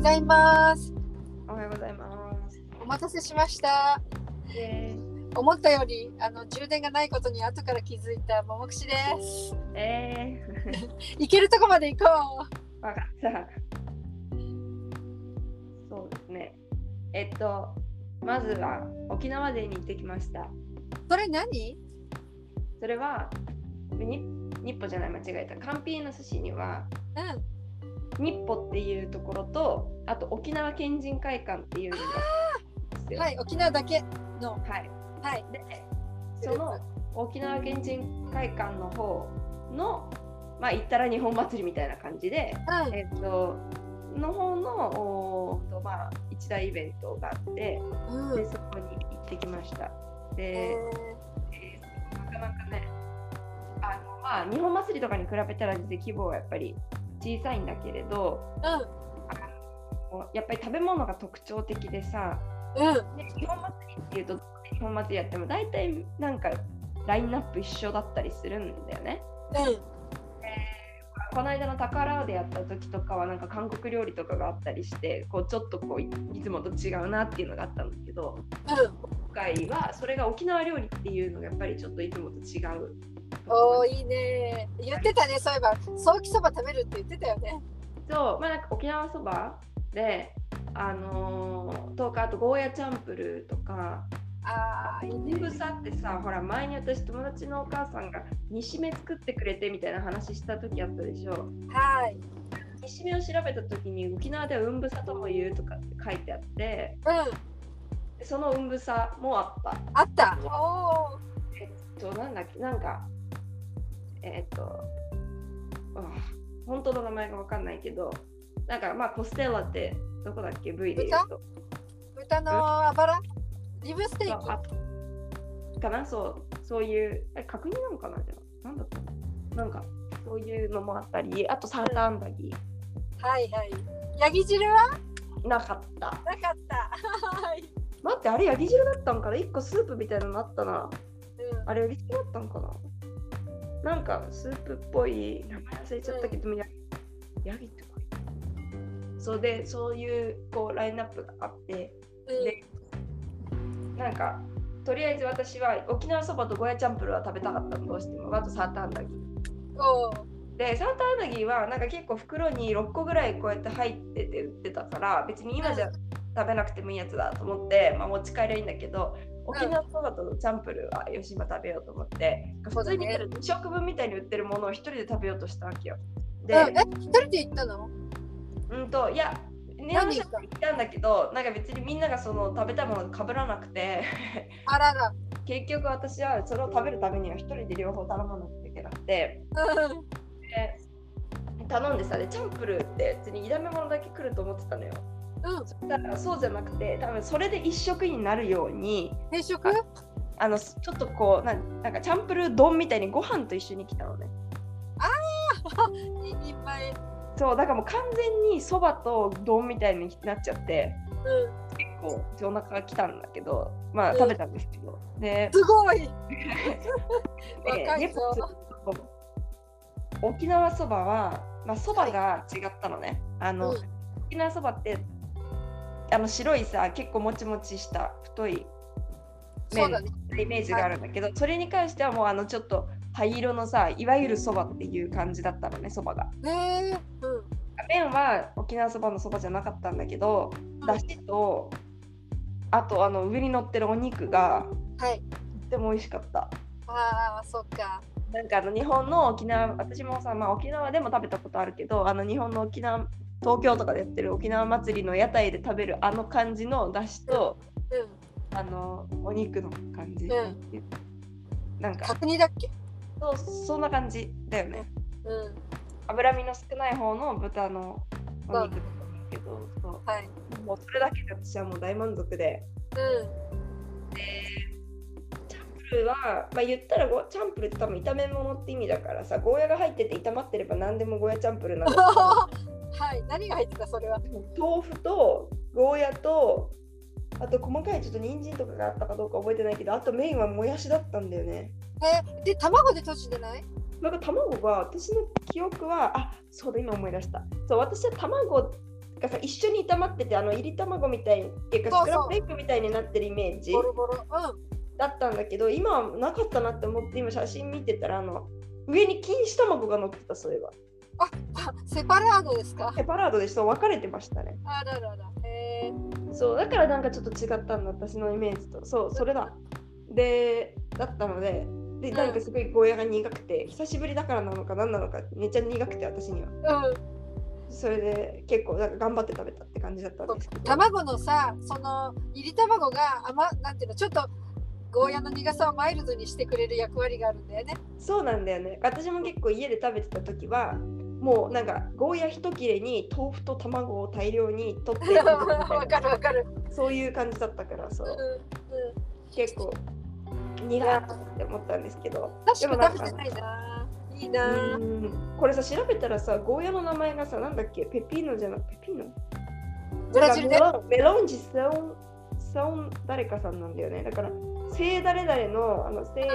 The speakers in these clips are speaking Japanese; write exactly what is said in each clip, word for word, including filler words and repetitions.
ざいます。 おはようございます。 お待たせしました。 えー、 思ったよりあの充電がないことに後から気づいたももくしです。 えー、 行けるとこまで行こう。わかった。そうですね。えっと、まずは沖縄でに行ってきました。 それ何？ それは、に日歩じゃない、間違えた。カンピーの寿司には、 うん。 日歩っていうところと、あと沖縄県人会館っていうのがあるんですよ。 はい、沖縄だけの。 はい。 はい。 で、その沖縄県人会館の方の、まあ行ったら日本祭りみたいな感じで、 うん、 えっと、の方のおと、まあ、一大イベントがあって、 うん、 でそこに行ってきました。で、えー、なかなかね、あのまあ、日本祭りとかに比べたら全然規模はやっぱり小さいんだけれど、 うん、 あのやっぱり食べ物が特徴的でさ、 うん、 で日本祭りっていうと日本祭りやっても大体なんかラインナップ一緒だったりするんだよね。 うん。 この間の宝でやった時とかはなんか韓国料理とかがあったりしてこうちょっとこう い, いつもと違うなっていうのがあったんだけど、 うん、 今回はそれが沖縄料理っていうのがやっぱりちょっといつもと違う。 おー、いいね。言ってたね、そういえばソーキそば食べるって言ってたよね。 そう、まあなんか沖縄そばであのー、とかあとゴーヤチャンプルーとか、 あー、いいね。 煮ぶさってさ、ほら前に私友達のお母さんが煮しめ作ってくれてみたいな話した時あったでしょ。 はい。 煮しめを調べた時に沖縄ではうんぶさとも言うとかって書いてあって、 うん。 そのうんぶさもあった。 あった。おー。えっとなんだっけ、なんかえっと本当の名前が分かんないけど、なんかまあコステラってどこだっけ、部位で言うと豚のあばら、リブステーキかな、そうそういうえ角煮なのかな、じゃあなんだったの、なんかそういうのもあったり、あとサーターアンダギー、 はいはい。ヤギ汁はなかった。 なかった。はい。 待って、あれヤギ汁だったんかな、いっこスープみたいなのあったな、 うん、 あれヤギ汁だったんかな、なんかスープっぽい名前忘れちゃったけど、うん、ヤギ、ヤギってそうで、そういうこうラインナップがあって、うん、でなんかとりあえず私は沖縄そばとゴーヤチャンプルーは食べたかったの、どうしても。あとサーターアンダギー。 おでサーターアンダギーはなんか結構袋にろっこぐらいこうやって入ってて売ってたから、別に今じゃ食べなくてもいいやつだと思って、まあ、持ち帰りゃいいんだけど、沖縄そばとチャンプルーはよし今食べようと思って、うん、普通ににしょくぶんみたいに売ってるものを一人で食べようとしたわけよ。で、 うん、え、一人で行ったの？ うんと、いやネオショップ行ったんだけど、なんか別にみんながその食べたものが被らなくてあらら、 結局私はそれを食べるためには一人で両方頼まなきゃいけなくて、うん、で頼んでさ、でチャンプルーって別に炒め物だけ来ると思ってたのよ。うん、そしたらそうじゃなくて、多分それで一食になるように定食？ ああのちょっとこうな、なんかチャンプルー丼みたいにご飯と一緒に来たのね。 ああ、いっぱい。 そうだからもう完全にそばと丼みたいになっちゃって、うん、結構お腹が来たんだけど、まあ食べたんですけど、うん、ですごい若いぞ。沖縄そばはまあそばが違ったのね、はい、あの、うん、沖縄そばってあの白いさ、結構もちもちした太い麺のイメージがあるんだけど、 そ,、ね、はい、それに関してはもうあのちょっと灰色のさ、いわゆるそばっていう感じだったのね、そばが。 へー、うん、 麺は沖縄そばのそばじゃなかったんだけど、うん、だしとあとあの上に乗ってるお肉が、はい、とっても美味しかった。 ああ、そっか。 なんかあの日本の沖縄、私もさ、まあ、沖縄でも食べたことあるけど、あの日本の沖縄、東京とかでやってる沖縄祭りの屋台で食べるあの感じのだしと、うんうん、あのお肉の感じ、うん、なんか角煮だっけ？ そう、そんな感じだよね、うん、脂身の少ない方の豚のお肉だけど、うん、そう、はい、もうそれだけで私はもう大満足で、うん、でチャンプルーは、まあ、言ったらチャンプルーって多分炒め物って意味だからさ、ゴーヤが入ってて炒まってれば何でもゴーヤチャンプルーなんだはい、何が入ってたそれは？ 豆腐とゴーヤと、あと細かいちょっと人参とかがあったかどうか覚えてないけど、あとメインはもやしだったんだよね。 え、で卵で閉じてない？ なんか卵が、私の記憶は、あ、そうだ、今思い出した。そう、私は卵がさ一緒に炒まってて、あの入り卵みたいっていうかスクランブルエッグみたいになってるイメージボロボロ、うん、 だったんだけど、今はなかったなって思って今写真見てたら、あの上に錦糸卵が乗ってた。そういえばあ、セパラードですか？ セパラードでそう分かれてましたね。 あららら、へー。 そうだからなんかちょっと違ったんだ、私のイメージと。そうそれだでだったので、でなんかすごいゴーヤが苦くて、久しぶりだからなのか何なのかめっちゃ苦くて私には、うん、それで結構なんか頑張って食べたって感じだったんですけど、 卵のさ、その入り卵が甘なんていうの、ちょっとゴーヤの苦さをマイルドにしてくれる役割があるんだよね。 そうなんだよね。私も結構家で食べてた時はもうなんかゴーヤ一切れに豆腐と卵を大量に取ってわかるわかる。 そういう感じだったから、そう、うんうん、結構苦いって思ったんですけど、 確かに食べてないな。いいな。 これさ調べたらさ、ゴーヤの名前がさ、なんだっけ、ペピーノじゃなくてペピーノブラジルでメロンジセオンサオン誰かさんなんだよね。だから聖誰々のあの聖、うん、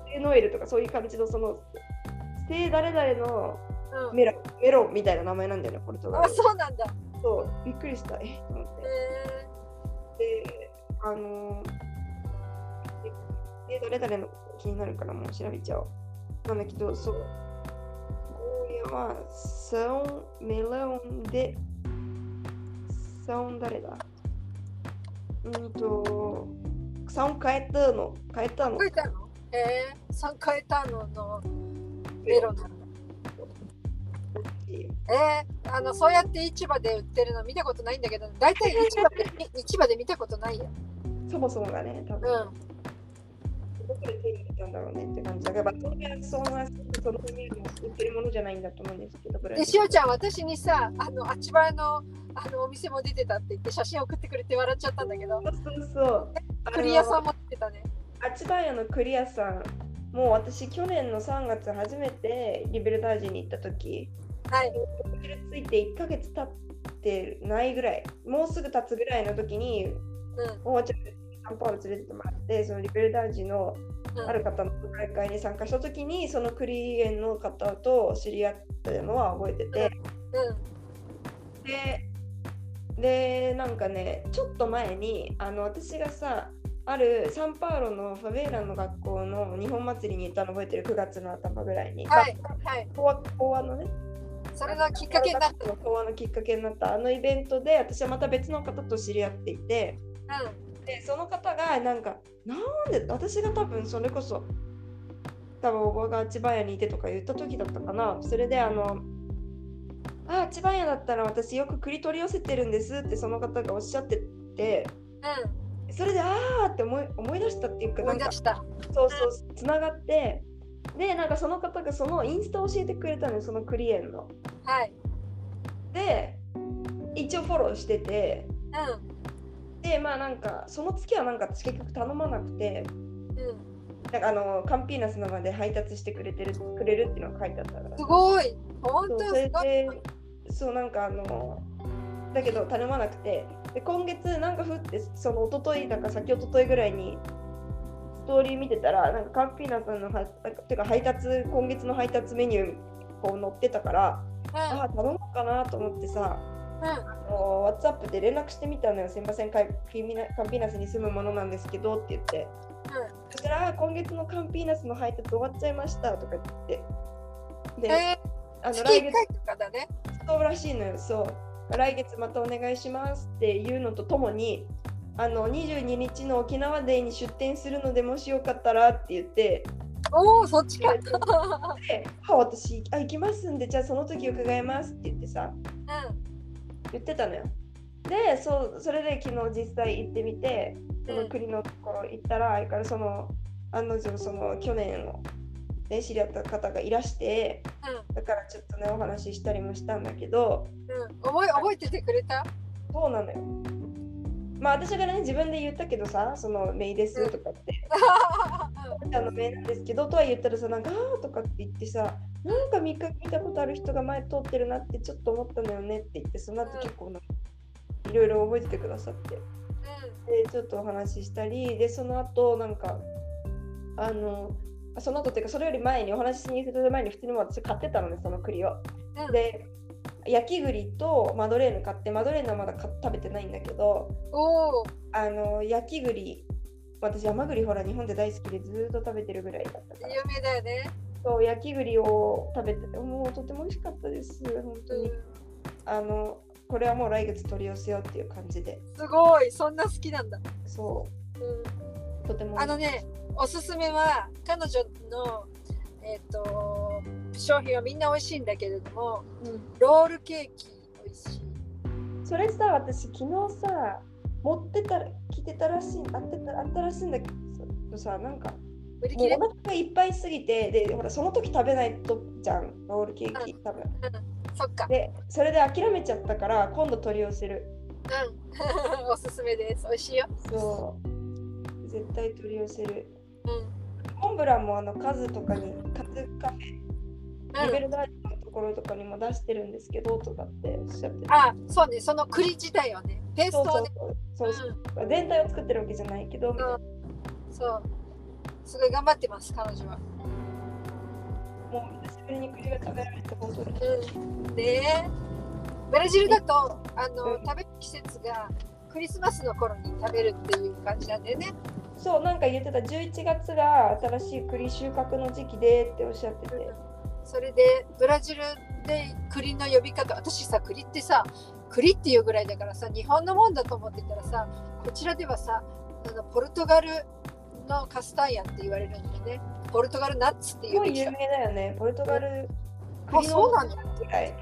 聖ノエルとかそういう感じのその聖誰々のメロン、うん、メロンみたいな名前なんだよね、ポルトガル。 あ、そうなんだ。 そう、びっくりした。えと思って。で、あの聖誰々の気になるからもう調べちゃおう。なんだけど、そう。ゴーヤはサオンメロンでサオン誰だうんと、サンカエターノ。カエターノ。 カエターノえー、サンカエターノのメロンなんだ。えー、あのそうやって市場で売ってるの見たことないんだけど、だいたい市場で市場で見たことないや。 そもそもがね、多分。うん。どこで手に入れたんだろうねって感じだから、そんなそんなその国に売ってるものじゃないんだと思うんですけど。 で、しおちゃん、私にさ、あのあちばやのあのお店も出てたって言って写真送ってくれて笑っちゃったんだけど。 そうそうそう。 栗屋さんも出てたね。 あちばやの栗屋さん、もう私去年のさんがつ初めてリベルダージに行った時、はい。ついていっかげつ経ってないぐらい、もうすぐ経つぐらいの時に、うん、おばちゃんサンパウロ連れてってもらって、そのリベルダージのある方の大会に参加した時に、うん、その栗園の方と知り合ったのは覚えてて、うん、ででなんかね、ちょっと前にあの私がさ、あるサンパウロのファベーラの学校の日本祭りに行ったの覚えてる？くがつの頭ぐらいに、はいはい、講和のね、 それのきっかけになった講和のきっかけになったあのイベントで、私はまた別の方と知り合っていて、うん、でその方がなんか、なんで私が多分それこそ多分おばが千葉屋にいてとか言った時だったかな。それであのあ千葉屋だったら私よく栗取り寄せてるんですってその方がおっしゃってて、うん、それであーって思い、思い出したっていうか、なんかそうそうつながって、でなんかその方がそのインスタを教えてくれたのよ、その栗園の。はい。で一応フォローしてて、うん、でまあなんかその月はなんか私結局頼まなくて、うん、なんかあのカンピーナスのまで配達してくれてるくれるっていうのが書いてあったから。 すごい。本当それでそうなんかあのだけど頼まなくて、で今月なんかふってその一昨日なんか先一昨日ぐらいにストーリー見てたら、なんかカンピーナさんのはてか配達今月の配達メニューこう載ってたから、うん、ああ頼もうかなと思ってさ、うん、あの WhatsApp で連絡してみたのよ。すいません、カンピーナスに住むものなんですけどって言って、うん、そしたら今月のカンピーナスの配達終わっちゃいましたとか言って、で、えー、あの来月とかだね。 そうらしいのよ。そう来月またお願いしますっていうのとともに、あのにじゅうににちの沖縄デーに出店するのでもしよかったらって言って、 おおそっちか。 で、は私あ行きますんで、じゃあその時伺いますって言ってさ、うん、言ってたのよ。で、そうそれで昨日実際行ってみて、その国のところ行ったら、あれからその案の定その去年を、ね、知り合った方がいらして、うん、だからちょっとねお話ししたりもしたんだけど、 うん、覚え覚えててくれた？ そうなのよ。まあ私がね自分で言ったけどさ、そのメイですとかって、うん、あのメイなんですけどとは言ったらさ、なんかあーとかって言ってさ、なんか 見, か見たことある人が前通ってるなってちょっと思ったのよねって言って、その後結構いろいろ覚えててくださって、うん、でちょっとお話ししたりで、その後なんかあのその後っていうかそれより前にお話しにする前に普通にも私買ってたのね、その栗を、うん、で焼き栗とマドレーヌ買って、マドレーヌはまだか食べてないんだけど、 おあの焼き栗、私山栗ほら日本で大好きでずっと食べてるぐらいだったから。 有名だよね。 そう、焼き栗を食べて、もうとても美味しかったです、本当に。うん、あのこれはもう来月取り寄せようっていう感じで。 すごい、そんな好きなんだ。 そう、うん、とても。あのね、おすすめは彼女のえっ、ー、と商品はみんな美味しいんだけれども、うん、ロールケーキ美味しい。 それさ、私昨日さ持ってたら来てたらしい、あってたあったらしいんだけどさ、なんか売り切れ、 もうお腹がいっぱいすぎて、でほらその時食べないとじゃん、ロールケーキ、うん、多分、うん、 そっか。 でそれで諦めちゃったから今度取り寄せる。 うんおすすめです、美味しいよ。 そう絶対取り寄せる。 うん、 モンブランもあのカズとかにカズカフェ、リベルダージのところとかにも出してるんですけどとかっておっしゃってる。 あ、そうね、その栗自体はね、ペーストをね、 そうそうそう、うん、全体を作ってるわけじゃないけど、うん、 そうすごい頑張ってます、彼女は。 もう久しぶりに栗が食べられて本当に、 うん、でブラジルだとあの、うん、食べる季節がクリスマスの頃に食べるっていう感じなんだよね。 そう、なんか言ってた、じゅういちがつが新しい栗収穫の時期でっておっしゃってて、うん、 それでブラジルで栗の呼び方、私さ、栗ってさ、栗っていうぐらいだからさ、日本のもんだと思ってたらさ、こちらではさ、あのポルトガルのカスターヤって言われるんだよね。ポルトガルナッツっていう。すごい有名だよね、ポルトガル栗のぐらい。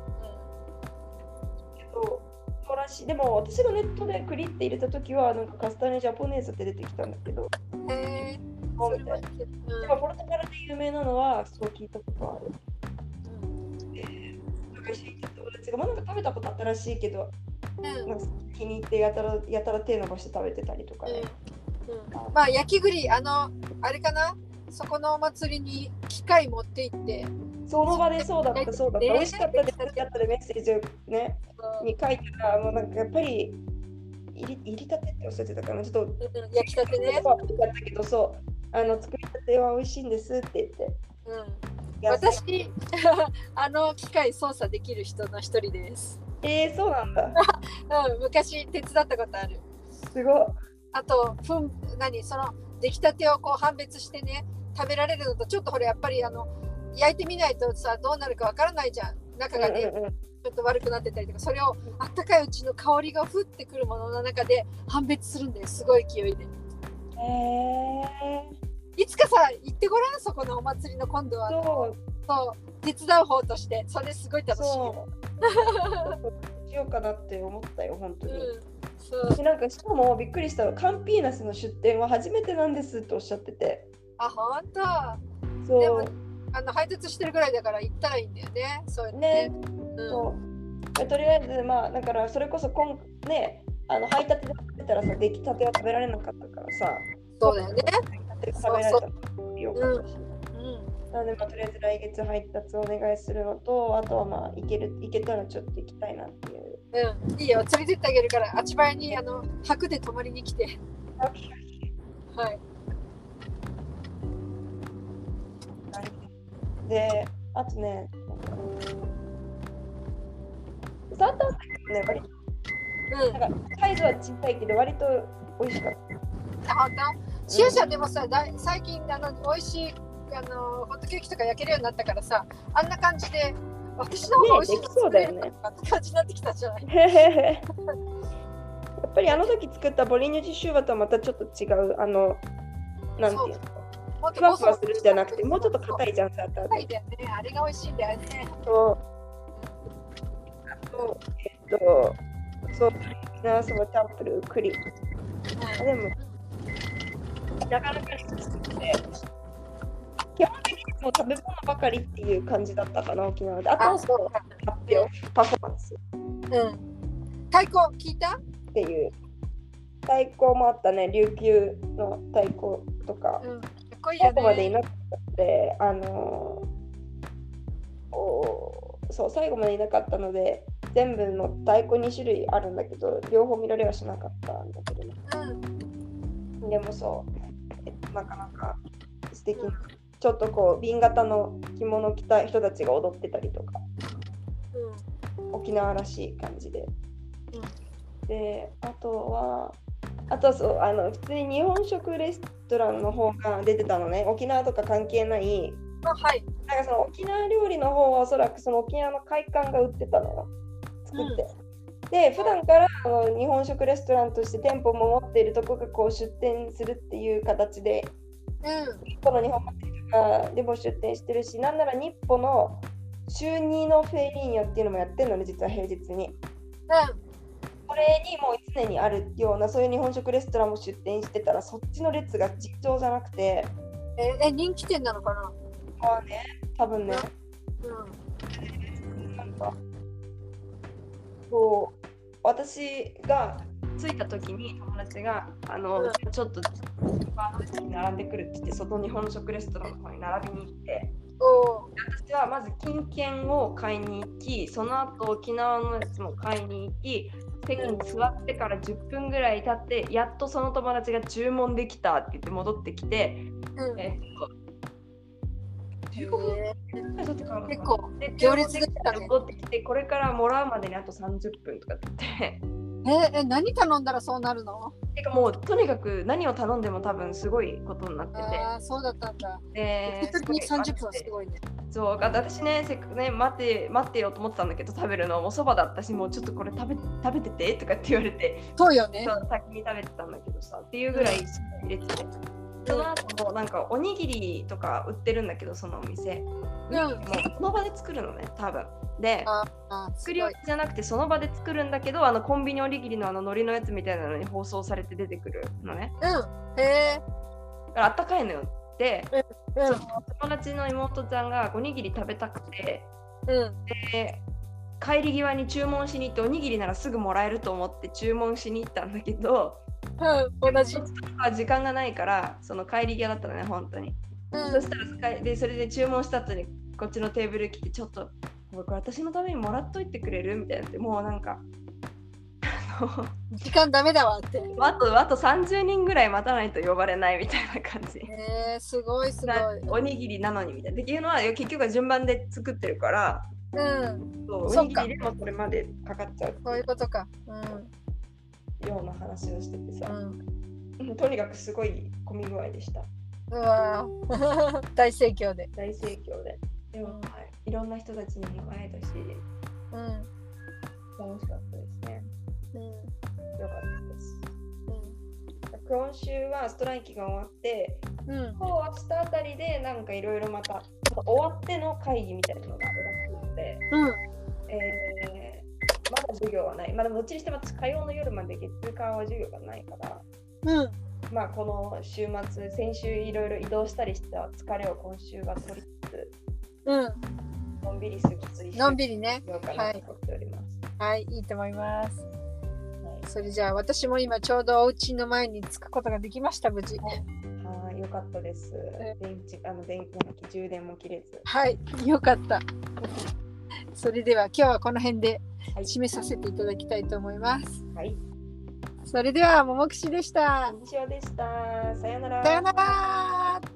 そうらしい。でも私がネットで栗って入れたときはなんかカスタネジャポネーズって出てきたんだけど、 へーもうみたいな、うん、でもポルトガルで有名なのはそう聞いたことある。うん、えー、なんか一緒に行った友達が、まあ、なんか食べたことあったらしいけど、うん、なんか気に入ってやたらやたら手伸ばして食べてたりとかね。 うんうん、まあ焼き栗、あのあれかな、そこのお祭りに機械持って行って、 その場でそうだったそうだった、美味しかったですって後でメッセージをね、に書いてたら、もうなんかやっぱり入り入りたてっておっしゃってたかな、ちょっと、うん、 焼きたてね。 だったけど、そう、あの作りたては美味しいんですって言って。 うん、私あの機械操作できる人の一人です。 えー、そうなんだ。 うん、昔手伝ったことある。 すごい。 あと、ふん、何、その出来たてをこう判別してね、食べられるのと、ちょっとこれやっぱりあの焼いてみないとさ、どうなるかわからないじゃん。中がね、うんうんうん、ちょっと悪くなってたりとか、それをあったかいうちの香りが降ってくるものの中で判別するんだよ、すごい勢いで。 へー、いつかさ、行ってごらん、そこのお祭りの今度は。 そうそう手伝う方として、それすごい楽しいよ。 そうしようかなって思ったよ、本当に。うん、そうでなんかしかもびっくりしたの、カンピーナスの出店は初めてなんですっておっしゃってて。 あ、ほんと。 そうでもあの配達してるぐらいだから行ったらいいんだよね。そうやってね、うん、そうとりあえずまあだからそれこそ今ね、あの配達で食べたらさ、出来たては食べられなかったからさ、 そうだよね。 出来たて食べられたらよかったし、うんうん、なのでまあとりあえず来月配達お願いするのと、あとはまあ行ける行けたらちょっと行きたいなっていう。 うん、いいよ、連れてってあげるから、あちばやにあの泊で泊まりに来て。はい。 で、あとね、サーターアンダギーね、割と、うん、なんかサイズは小さいけど、割と美味しかった。 あ、ほんと？シューシャでもさ、だ最近あの美味しいあのホットケーキとか焼けるようになったからさ、あんな感じで、私の方が美味しいそうだよね。 って感じになってきたじゃない。 やっぱりあの時作ったボリーニョジシューバとはまたちょっと違う、あの、なんていうの？ふわふわするんじゃなくて、もうちょっと硬いじゃん、サーターアンダギー。 硬いだよね。あれが美味しいんだよね。 そう。あと、えっと、そう、ナスのチャンプルー、栗。あでも、なかなか一つ作って、基本的にもう食べ物ばかりっていう感じだったかな、沖縄で。あとはそう、発表、パフォーマンス。 うん。太鼓聞いた？ っていう。太鼓もあったね、琉球の太鼓とか。うん、最後までいなかったので、あのー、おそう最後までいなかったので、全部の太鼓に種類あるんだけど、両方見られはしなかったんだけどね。うん、でもそう、なかなか素敵な、うん、ちょっとこう瓶型の着物を着た人たちが踊ってたりとか、 うん、 沖縄らしい感じで、うん、であとはあとはそうあの普通に日本食レストランの方が出てたのね。沖縄とか関係ない。 あ、はい。 なんかその沖縄料理の方はおそらくその沖縄の会館が売ってたのよ。作って。うん、で普段からあの日本食レストランとして店舗も持っているとこがこう出店するっていう形で、うん、日本の日本祭りとかでも出店してるし、なんなら日本の週にのフェリーニャっていうのもやってるのね、実は平日に。うん。これにもう常にあるようなそういう日本食レストランも出店してたら、そっちの列が尋常じゃなくて。 え、え人気店なのかな？ まあね、多分ね。 うん。 なんか、そう、私が着いた時に友達が、あの、うん、ちょっとバーの列に並んでくるって言って、その日本食レストランの方に並びに行って、私はまず金券を買いに行き、その後沖縄のやつも買いに行き、席に座ってからじゅっぷんぐらい経って、やっとその友達が注文できたって言って戻ってきて、うん、えっとじゅうごふんぐらい経ってから結構行列できたね。 戻ってきて、これからもらうまでにあとさんじゅっぷんとかって言ってええ、何頼んだらそうなるの？ てかもうとにかく何を頼んでも多分すごいことになってて、 ああ、そうだったんだ。 で、 一人にさんじゅっぷんはすごいね。 そう、私ね、せっかくね、待って待ってよと思ってたんだけど、食べるのもそばだったし、もうちょっとこれ食べ食べててとかって言われて、 そうよね。 そう先に食べてたんだけどさ、っていうぐらい入れてて、その後もなんかおにぎりとか売ってるんだけど、そのお店、うん、もうその場で作るのね、多分。で、 ああ作り置きじゃなくてその場で作るんだけど、あのコンビニおにぎりのあの海苔のやつみたいなのに包装されて出てくるのね。 うん。へえ。 あったかいのよ。で、 うん、 その友達の妹ちゃんがおにぎり食べたくて、 うん、 で帰り際に注文しに行って、おにぎりならすぐもらえると思って注文しに行ったんだけど、 うん、同じ。 時間がないからその帰り際だったのね、本当に。うん、そしたらでそれで注文した後にこっちのテーブル来て、ちょっとこれ私のためにもらっといてくれるみたいなって、もうなんか時間ダメだわってあとあとさんじゅうにんぐらい待たないと呼ばれないみたいな感じ。 えー、すごいすごい。 おにぎりなのにみたいな。っていうのは結局は順番で作ってるから、 うん、 そうおにぎりでもこれまでかかっちゃう。 そういうことか。 うん、ような話をしててさ、うん、とにかくすごい混み具合でした。 うわ大盛況で。 大盛況で。でも、うん、はい、いろんな人たちにも会えたし、うん、楽しかったですね。うん、よかったです。うん、今週はストライキが終わって、うん、今日明日あたりでなんかいろいろまた終わっての会議みたいなのがあるらしくて、うん、えー、まだ授業はない。まあでもどっちにしても火曜の夜まで月火は授業がないから、うん、まあこの週末、先週いろいろ移動したりした疲れを今週は取りつつ、うん、のんびり過ごすのんびりね。 ようかなと思っております。 はい、はい、いいと思います。それじゃあ私も今ちょうどお家の前に着くことができました、無事。 はい、よかったです。電池、あの電気充電も切れず。 はい、よかった。それでは今日はこの辺で締めさせていただきたいと思います。 はい。 それではももくしでした。 みちおでした。さよなら。 さよなら。